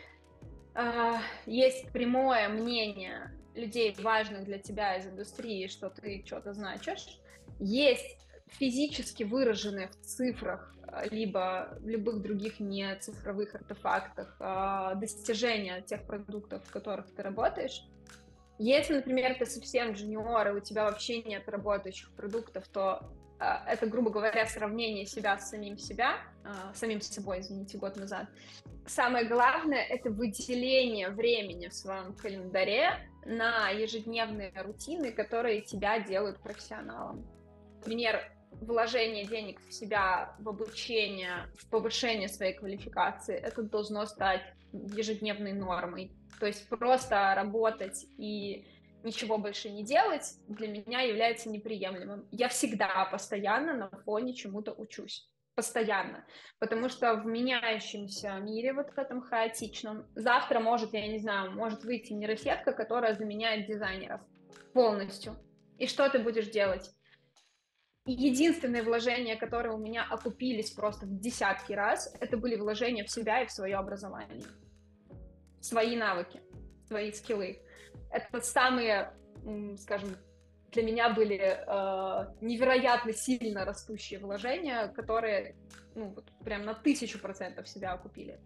есть прямое мнение людей, важных для тебя из индустрии, что ты что-то значишь, есть физически выраженные в цифрах, либо в любых других не цифровых артефактах достижения тех продуктов, в которых ты работаешь, Если, например, ты совсем джуниор, и у тебя вообще нет работающих продуктов, то это, грубо говоря, сравнение себя с самим собой, извините, год назад. Самое главное — это выделение времени в своем календаре на ежедневные рутины, которые тебя делают профессионалом. Например, вложение денег в себя, в обучение, в повышение своей квалификации, это должно стать ежедневной нормой. То есть просто работать и ничего больше не делать для меня является неприемлемым. Я всегда постоянно на фоне чему-то учусь. Постоянно. Потому что в меняющемся мире, вот в этом хаотичном, завтра может, я не знаю, может выйти нейросетка, которая заменяет дизайнеров полностью. И что ты будешь делать? И единственные вложения, которые у меня окупились просто в десятки раз, это были вложения в себя и в свое образование. Свои навыки, свои скиллы. Это самые, скажем, для меня были невероятно сильно растущие вложения, которые, ну, вот прям на 1000% себя окупили.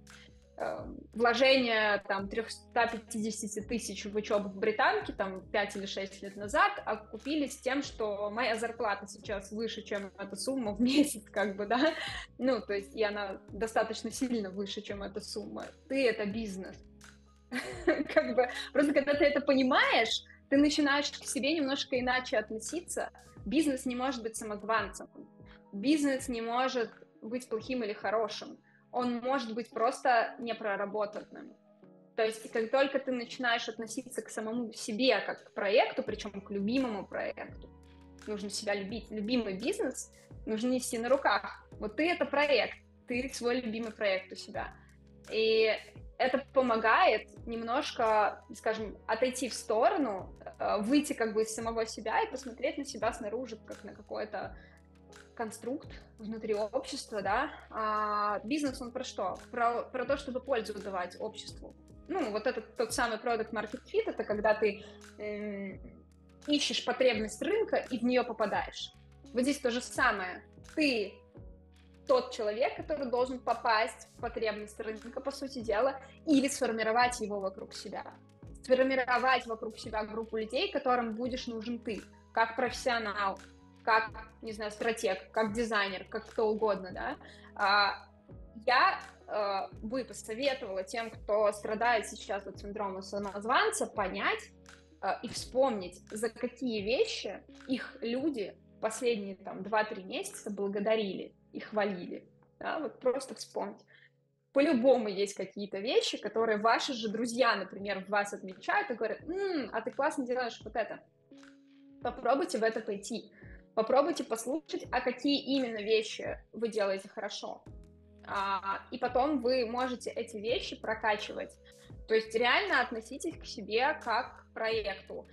Вложения там 350 тысяч в учебу в британке там 5 или 6 лет назад окупились тем, что моя зарплата сейчас выше, чем эта сумма в месяц, как бы, да, ну, то есть и она достаточно сильно выше, чем эта сумма. Ты — это бизнес. Как бы, просто когда ты это понимаешь, ты начинаешь к себе немножко иначе относиться. Бизнес не может быть самозванцем. Бизнес не может быть плохим или хорошим. Он может быть просто непроработанным. То есть, как только ты начинаешь относиться к самому себе как к проекту, причем к любимому проекту, нужно себя любить. Любимый бизнес нужно нести на руках. Вот ты — это проект, ты свой любимый проект у себя. И это помогает немножко, скажем, отойти в сторону, выйти как бы из самого себя и посмотреть на себя снаружи, как на какой-то конструкт внутри общества, да. А бизнес, он про что? Про то, чтобы пользу давать обществу. Ну, вот этот тот самый product market fit, это когда ты ищешь потребность рынка и в нее попадаешь. Вот здесь то же самое. Ты тот человек, который должен попасть в потребность рынка, по сути дела, или сформировать его вокруг себя. Сформировать вокруг себя группу людей, которым будешь нужен ты, как профессионал, как, не знаю, стратег, как дизайнер, как кто угодно, да. Я бы посоветовала тем, кто страдает сейчас от синдрома самозванца, понять и вспомнить, за какие вещи их люди последние там 2-3 месяца благодарили и хвалили. Да? Вот просто вспомнить. По-любому есть какие-то вещи, которые ваши же друзья, например, в вас отмечают и говорят: а ты классно делаешь вот это. Попробуйте в это пойти. Попробуйте послушать, а какие именно вещи вы делаете хорошо. И потом вы можете эти вещи прокачивать. То есть реально относитесь к себе как к проекту.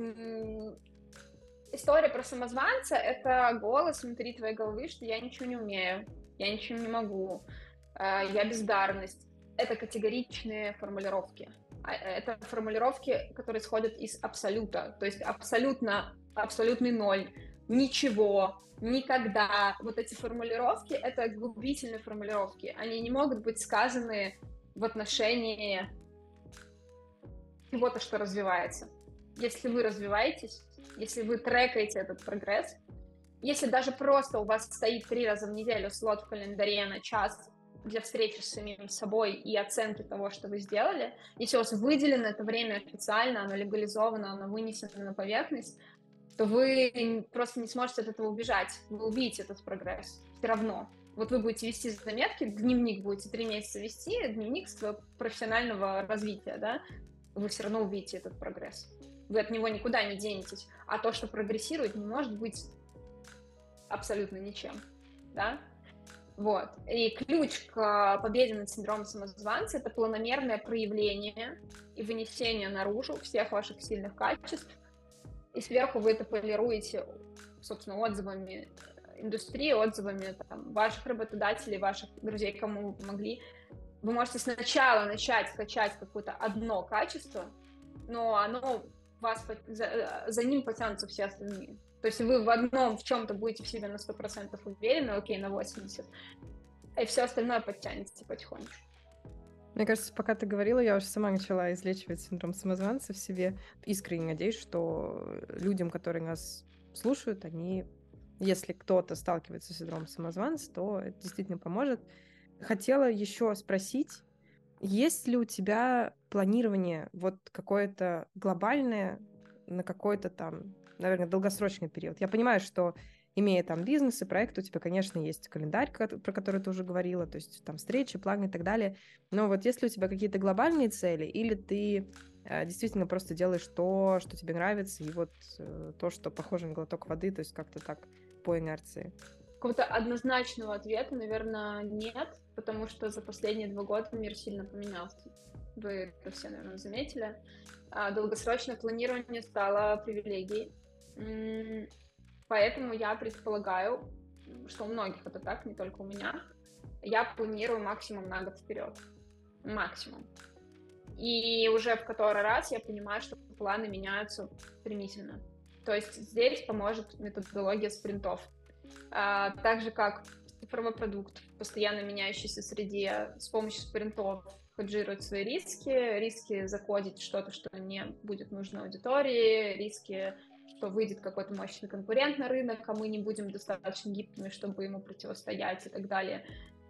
История про самозванца — это голос внутри твоей головы, что я ничего не умею, я ничего не могу, я бездарность. Это категоричные формулировки. Это формулировки, которые исходят из абсолюта. То есть абсолютный ноль, ничего, никогда. Вот эти формулировки — это губительные формулировки. Они не могут быть сказаны в отношении чего-то, что развивается. Если вы развиваетесь, если вы трекаете этот прогресс, если даже просто у вас стоит 3 раза в неделю слот в календаре на час для встречи с самим собой и оценки того, что вы сделали, если у вас выделено это время официально, оно легализовано, оно вынесено на поверхность, то вы просто не сможете от этого убежать. Вы увидите этот прогресс все равно. Вот вы будете вести заметки, дневник будете 3 месяца вести, дневник своего профессионального развития, да, вы все равно увидите этот прогресс. Вы от него никуда не денетесь. А то, что прогрессирует, не может быть абсолютно ничем, да? Вот. И ключ к победе над синдромом самозванца — это планомерное проявление и вынесение наружу всех ваших сильных качеств. И сверху вы это полируете, собственно, отзывами индустрии, отзывами там, ваших работодателей, ваших друзей, кому вы помогли. Вы можете сначала начать качать какое-то одно качество, но оно вас за ним потянутся все остальные. То есть вы в одном, в чем-то будете в себе на 100% уверены, окей, на 80%, и все остальное подтянется потихонечку. Мне кажется, пока ты говорила, я уже сама начала излечивать синдром самозванца в себе. Искренне надеюсь, что людям, которые нас слушают, они, если кто-то сталкивается с синдромом самозванца, то это действительно поможет. Хотела еще спросить, есть ли у тебя планирование вот какое-то глобальное на какой-то там, наверное, долгосрочный период? Я понимаю, что имея там бизнес и проект, у тебя, конечно, есть календарь, про который ты уже говорила, то есть там встречи, планы и так далее. Но вот есть ли у тебя какие-то глобальные цели, или ты действительно просто делаешь то, что тебе нравится, и вот то, что похоже на глоток воды, то есть как-то так по инерции? Какого-то однозначного ответа, наверное, нет, потому что за последние 2 года мир сильно поменялся. Вы это все, наверное, заметили. Долгосрочное планирование стало привилегией. Поэтому я предполагаю, что у многих это так, не только у меня. Я планирую максимум на год вперед. Максимум. И уже в который раз я понимаю, что планы меняются стремительно. То есть здесь поможет методология спринтов. Так же, как цифровой продукт в постоянно меняющейся среде с помощью спринтов хеджировать свои риски закодить что-то, что не будет нужно аудитории, риски, что выйдет какой-то мощный конкурент на рынок, а мы не будем достаточно гибкими, чтобы ему противостоять и так далее.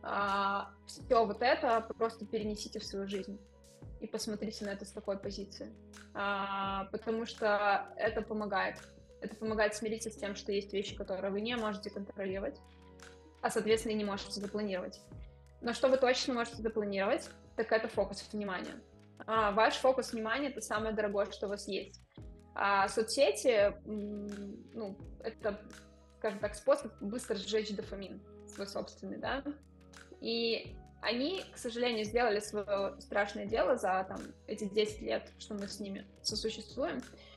Все вот это просто перенесите в свою жизнь и посмотрите на это с такой позиции, потому что это помогает. Это помогает смириться с тем, что есть вещи, которые вы не можете контролировать, а, соответственно, и не можете запланировать. Но что вы точно можете запланировать, так это фокус внимания. Ваш фокус внимания — это самое дорогое, что у вас есть. Соцсети, ну, это, скажем так, способ быстро сжечь дофамин свой собственный, да, и они, к сожалению, сделали свое страшное дело за там, эти 10 лет, что мы с ними сосуществуем.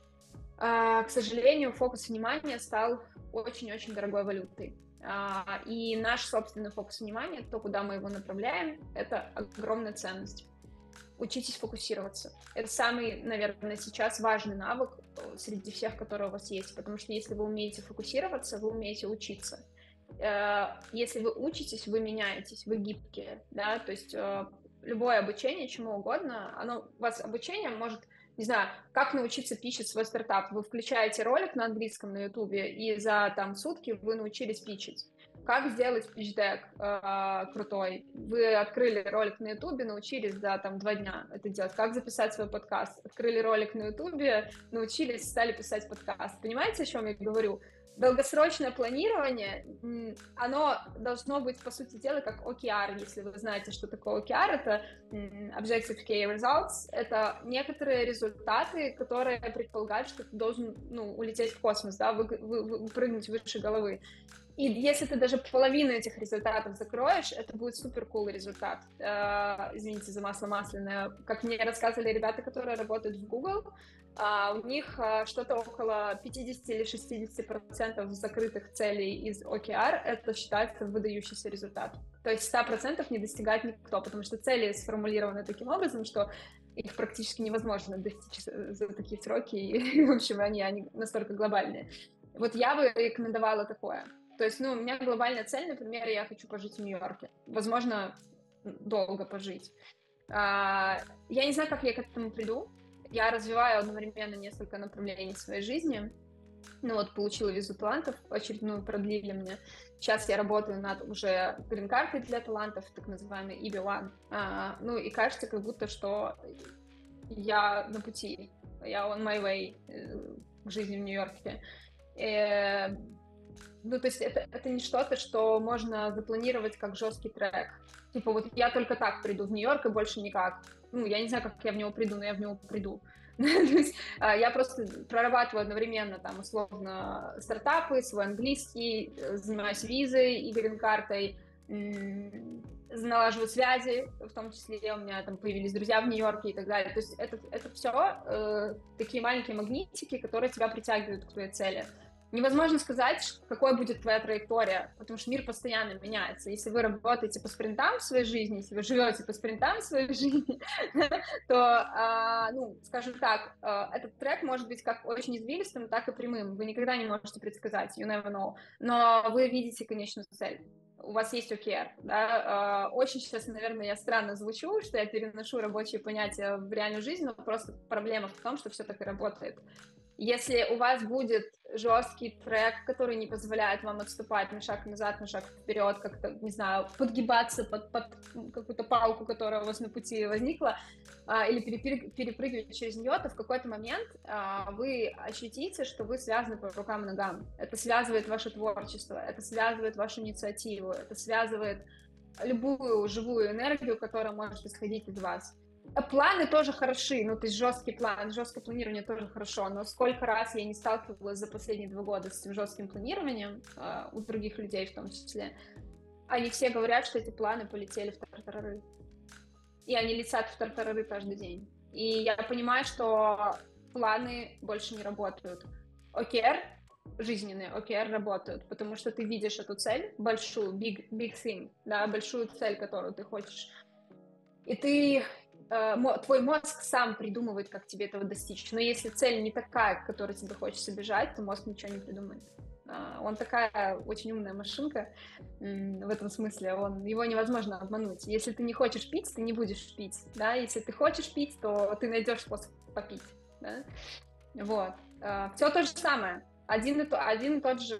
К сожалению, фокус внимания стал очень-очень дорогой валютой. И наш собственный фокус внимания, то, куда мы его направляем, это огромная ценность. Учитесь фокусироваться. Это самый, наверное, сейчас важный навык среди всех, которые у вас есть, потому что если вы умеете фокусироваться, вы умеете учиться. Если вы учитесь, вы меняетесь, вы гибкие, да, то есть любое обучение, чему угодно, у вас обучение может, не знаю, как научиться пичить свой стартап. Вы включаете ролик на английском на Ютубе, и за там сутки вы научились пичить. Как сделать пич-дек крутой? Вы открыли ролик на Ютубе, научились за там 2 дня это делать. Как записать свой подкаст? Открыли ролик на Ютубе, научились, стали писать подкаст. Понимаете, о чем я говорю? Долгосрочное планирование, оно должно быть, по сути дела, как OKR, если вы знаете, что такое OKR, это Objective Key Results, это некоторые результаты, которые предполагают, что ты должен улететь в космос, да, выпрыгнуть выше головы. И если ты даже половину этих результатов закроешь, это будет супер cool результат. Извините за масло масляное. Как мне рассказывали ребята, которые работают в Google, у них что-то около 50 или 60% закрытых целей из OKR, это считается выдающийся результат. То есть 100% не достигает никто, потому что цели сформулированы таким образом, что их практически невозможно достичь за такие сроки, и, в общем, они настолько глобальные. Вот я бы рекомендовала такое. То есть, у меня глобальная цель, например, я хочу пожить в Нью-Йорке. Возможно, долго пожить. Я не знаю, как я к этому приду. Я развиваю одновременно несколько направлений своей жизни. Получила визу талантов, очередную продлили мне. Сейчас я работаю над уже грин-картой для талантов, так называемый EB1. И кажется, как будто, что я на пути. Я on my way к жизни в Нью-Йорке. То есть это не что-то, что можно запланировать как жесткий трек. Типа вот я только так приду в Нью-Йорк и больше никак. Я не знаю, как я в него приду, но я в него приду. То есть я просто прорабатываю одновременно там условно стартапы, свой английский, занимаюсь визой и грин-картой, налаживаю связи, в том числе у меня там появились друзья в Нью-Йорке и так далее. То есть это все такие маленькие магнитики, которые тебя притягивают к твоей цели. невозможно сказать, какой будет твоя траектория, потому что мир постоянно меняется. Если вы работаете по спринтам в своей жизни, если вы живете по спринтам в своей жизни, то, ну, скажем так, этот трек может быть как очень извилистым, так и прямым. Вы никогда не можете предсказать, you never know. Но вы видите конечную цель. У вас есть OKR, да, очень сейчас, наверное, я странно звучу, что я переношу рабочие понятия в реальную жизнь, но просто проблема в том, что все так и работает. Если у вас будет жесткий трек, который не позволяет вам отступать на шаг назад, на шаг вперед, как-то, не знаю, подгибаться под какую-то палку, которая у вас на пути возникла, или перепрыгивать через нее, то в какой-то момент вы ощутите, что вы связаны по рукам и ногам. Это связывает ваше творчество, это связывает вашу инициативу, это связывает любую живую энергию, которая может исходить из вас. Планы тоже хороши, ну, то есть жесткий план, жесткое планирование тоже хорошо, но сколько раз я не сталкивалась за последние 2 года с этим жестким планированием, у других людей в том числе, они все говорят, что эти планы полетели в тартарары, и они летят в тартарары каждый день. И я понимаю, что планы больше не работают. OKR, жизненные OKR работают, потому что ты видишь эту цель, большую, big thing, да, большую цель, которую ты хочешь, и твой мозг сам придумывает, как тебе этого достичь. Но если цель не такая, к которой тебе хочется бежать, то мозг ничего не придумает. Он такая очень умная машинка в этом смысле, его невозможно обмануть. Если ты не хочешь пить, ты не будешь пить, да? Если ты хочешь пить, то ты найдешь способ попить, да? Вот. Все то же самое. Один и тот же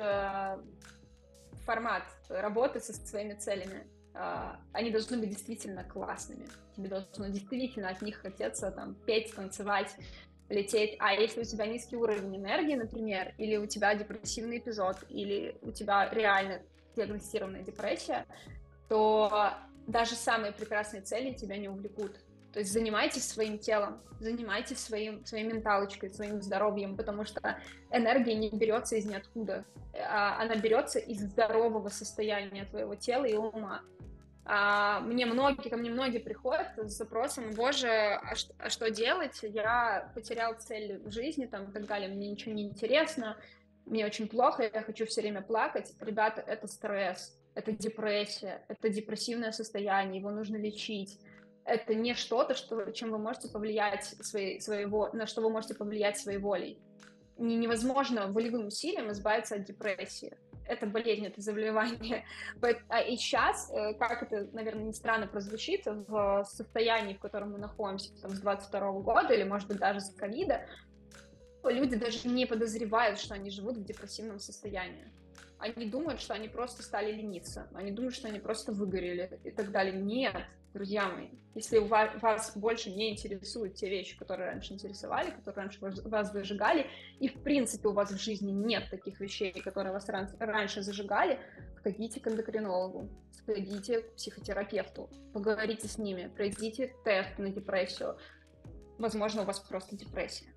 формат работы со своими целями. Они должны быть действительно классными. Тебе должно действительно от них хотеться там петь, танцевать, лететь. А если у тебя низкий уровень энергии, например, или у тебя депрессивный эпизод, или у тебя реально диагностированная депрессия, то даже самые прекрасные цели тебя не увлекут. То есть занимайтесь своим телом, занимайтесь своей менталочкой, своим здоровьем, потому что энергия не берется из ниоткуда. Она берется из здорового состояния твоего тела и ума. Ко мне многие приходят с запросом: боже, а что делать? Я потерял цель в жизни, там, и так далее, мне ничего не интересно, мне очень плохо, я хочу все время плакать. Ребята, это стресс, это депрессия, это депрессивное состояние, его нужно лечить. Это не что-то, чем вы можете повлиять на что вы можете повлиять своей волей. Невозможно волевым усилием избавиться от депрессии. Это болезнь, это заболевание. И сейчас, как это, наверное, не странно прозвучит, в состоянии, в котором мы находимся там, с 22 года, или, может быть, даже с ковида, люди даже не подозревают, что они живут в депрессивном состоянии. Они думают, что они просто стали лениться, они думают, что они просто выгорели и так далее. Нет, друзья мои, если вас больше не интересуют те вещи, которые раньше интересовали, которые раньше вас зажигали, и в принципе у вас в жизни нет таких вещей, которые вас раньше зажигали, сходите к эндокринологу, сходите к психотерапевту, поговорите с ними, пройдите тест на депрессию. Возможно, у вас просто депрессия.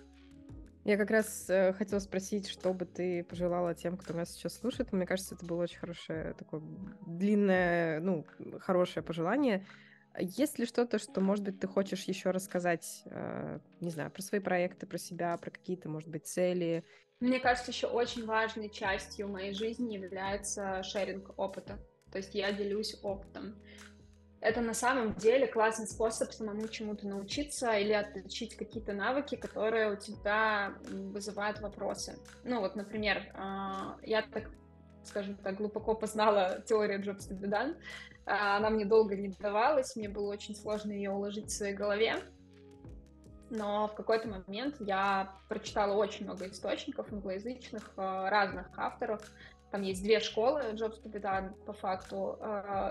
Я как раз хотела спросить, что бы ты пожелала тем, кто нас сейчас слушает. Мне кажется, это было очень хорошее, такое длинное, ну, хорошее пожелание. Есть ли что-то, что, может быть, ты хочешь еще рассказать, не знаю, про свои проекты, про себя, про какие-то, может быть, цели? Мне кажется, еще очень важной частью моей жизни является шеринг опыта. То есть я делюсь опытом. Это на самом деле классный способ самому чему-то научиться или отточить какие-то навыки, которые у тебя вызывают вопросы. Ну вот, например, я так, скажем так, глубоко познала теорию Jobs to be done. Она мне долго не давалась, мне было очень сложно ее уложить в своей голове. Но в какой-то момент я прочитала очень много источников англоязычных, разных авторов. Там есть 2 школы Jobs to be done по факту,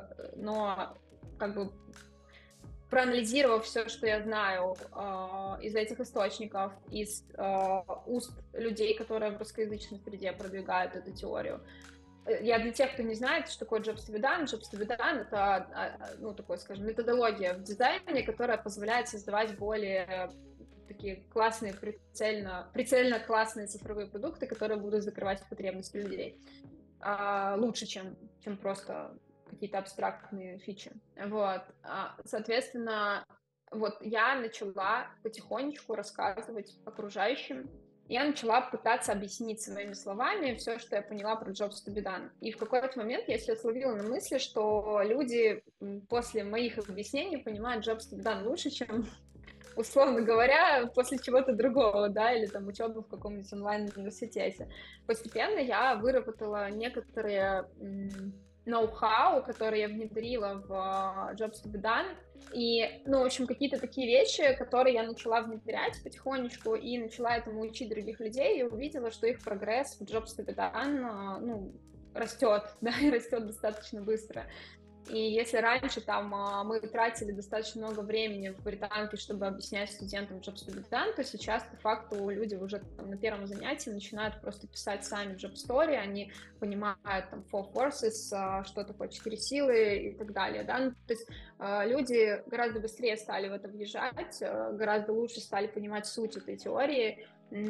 но как бы проанализировав все, что я знаю из этих источников, из уст людей, которые в русскоязычной среде продвигают эту теорию. Я для тех, кто не знает, что такое Jobs to be done, Jobs to be done — это, ну, такой, скажем, методология в дизайне, которая позволяет создавать более такие классные, прицельно классные цифровые продукты, которые будут закрывать потребности людей лучше, чем просто какие-то абстрактные фичи. Вот. Соответственно, вот я начала потихонечку рассказывать окружающим я начала пытаться объяснить своими словами все, что я поняла про Jobs to be done. И в какой-то момент я себя словила на мысли, что люди после моих объяснений понимают Jobs to be done лучше, чем, условно говоря, после чего-то другого, да, или там учебы в каком-нибудь онлайн-университете. Постепенно я выработала некоторые ноу-хау, которые я внедрила в Jobs to be done, и, ну, в общем, какие-то такие вещи, которые я начала внедрять потихонечку и начала этому учить других людей, и увидела, что их прогресс в Jobs to be done, ну, растет, да, и растет достаточно быстро. И если раньше там мы тратили достаточно много времени в британке, чтобы объяснять студентам Jobs to be done, то сейчас, по факту, люди уже там, на первом занятии начинают просто писать сами job story, они понимают там four forces, что такое 4 силы и так далее, да, ну, то есть люди гораздо быстрее стали в это въезжать, гораздо лучше стали понимать суть этой теории,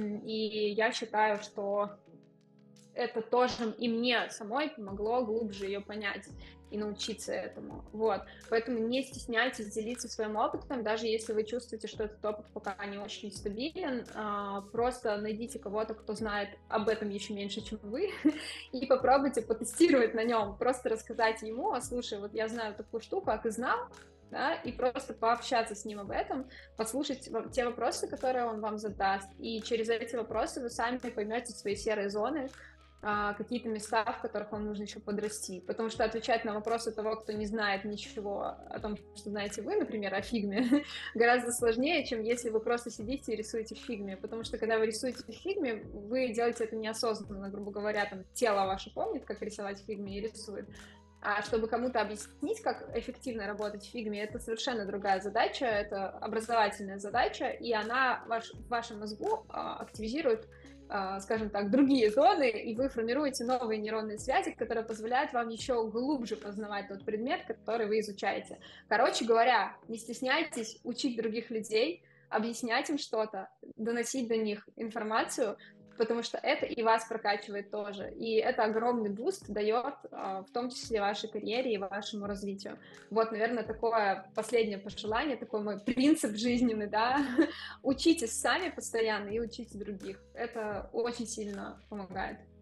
и я считаю, что это тоже и мне самой помогло глубже ее понять и научиться этому. Вот. Поэтому не стесняйтесь делиться своим опытом, даже если вы чувствуете, что этот опыт пока не очень стабилен, просто найдите кого-то, кто знает об этом еще меньше, чем вы, и попробуйте потестировать на нем, просто рассказать ему: слушай, вот я знаю такую штуку, а ты знал? Да, и просто пообщаться с ним об этом, послушать те вопросы, которые он вам задаст, и через эти вопросы вы сами поймете свои серые зоны, какие-то места, в которых вам нужно еще подрасти. Потому что отвечать на вопросы того, кто не знает ничего о том, что знаете вы, например, о фигме, гораздо сложнее, чем если вы просто сидите и рисуете в фигме. Потому что когда вы рисуете в фигме, вы делаете это неосознанно, грубо говоря, там тело ваше помнит, как рисовать в фигме, и рисует. А чтобы кому-то объяснить, как эффективно работать в фигме, это совершенно другая задача, это образовательная задача, и она в вашем мозгу активизирует, скажем так, другие зоны, и вы формируете новые нейронные связи, которые позволяют вам еще глубже познавать тот предмет, который вы изучаете. Короче говоря, не стесняйтесь учить других людей, объяснять им что-то, доносить до них информацию, потому что это и вас прокачивает тоже, и это огромный буст дает, в том числе вашей карьере и вашему развитию. Вот, наверное, такое последнее пожелание, такой мой принцип жизненный, да, учитесь сами постоянно и учите других, это очень сильно помогает.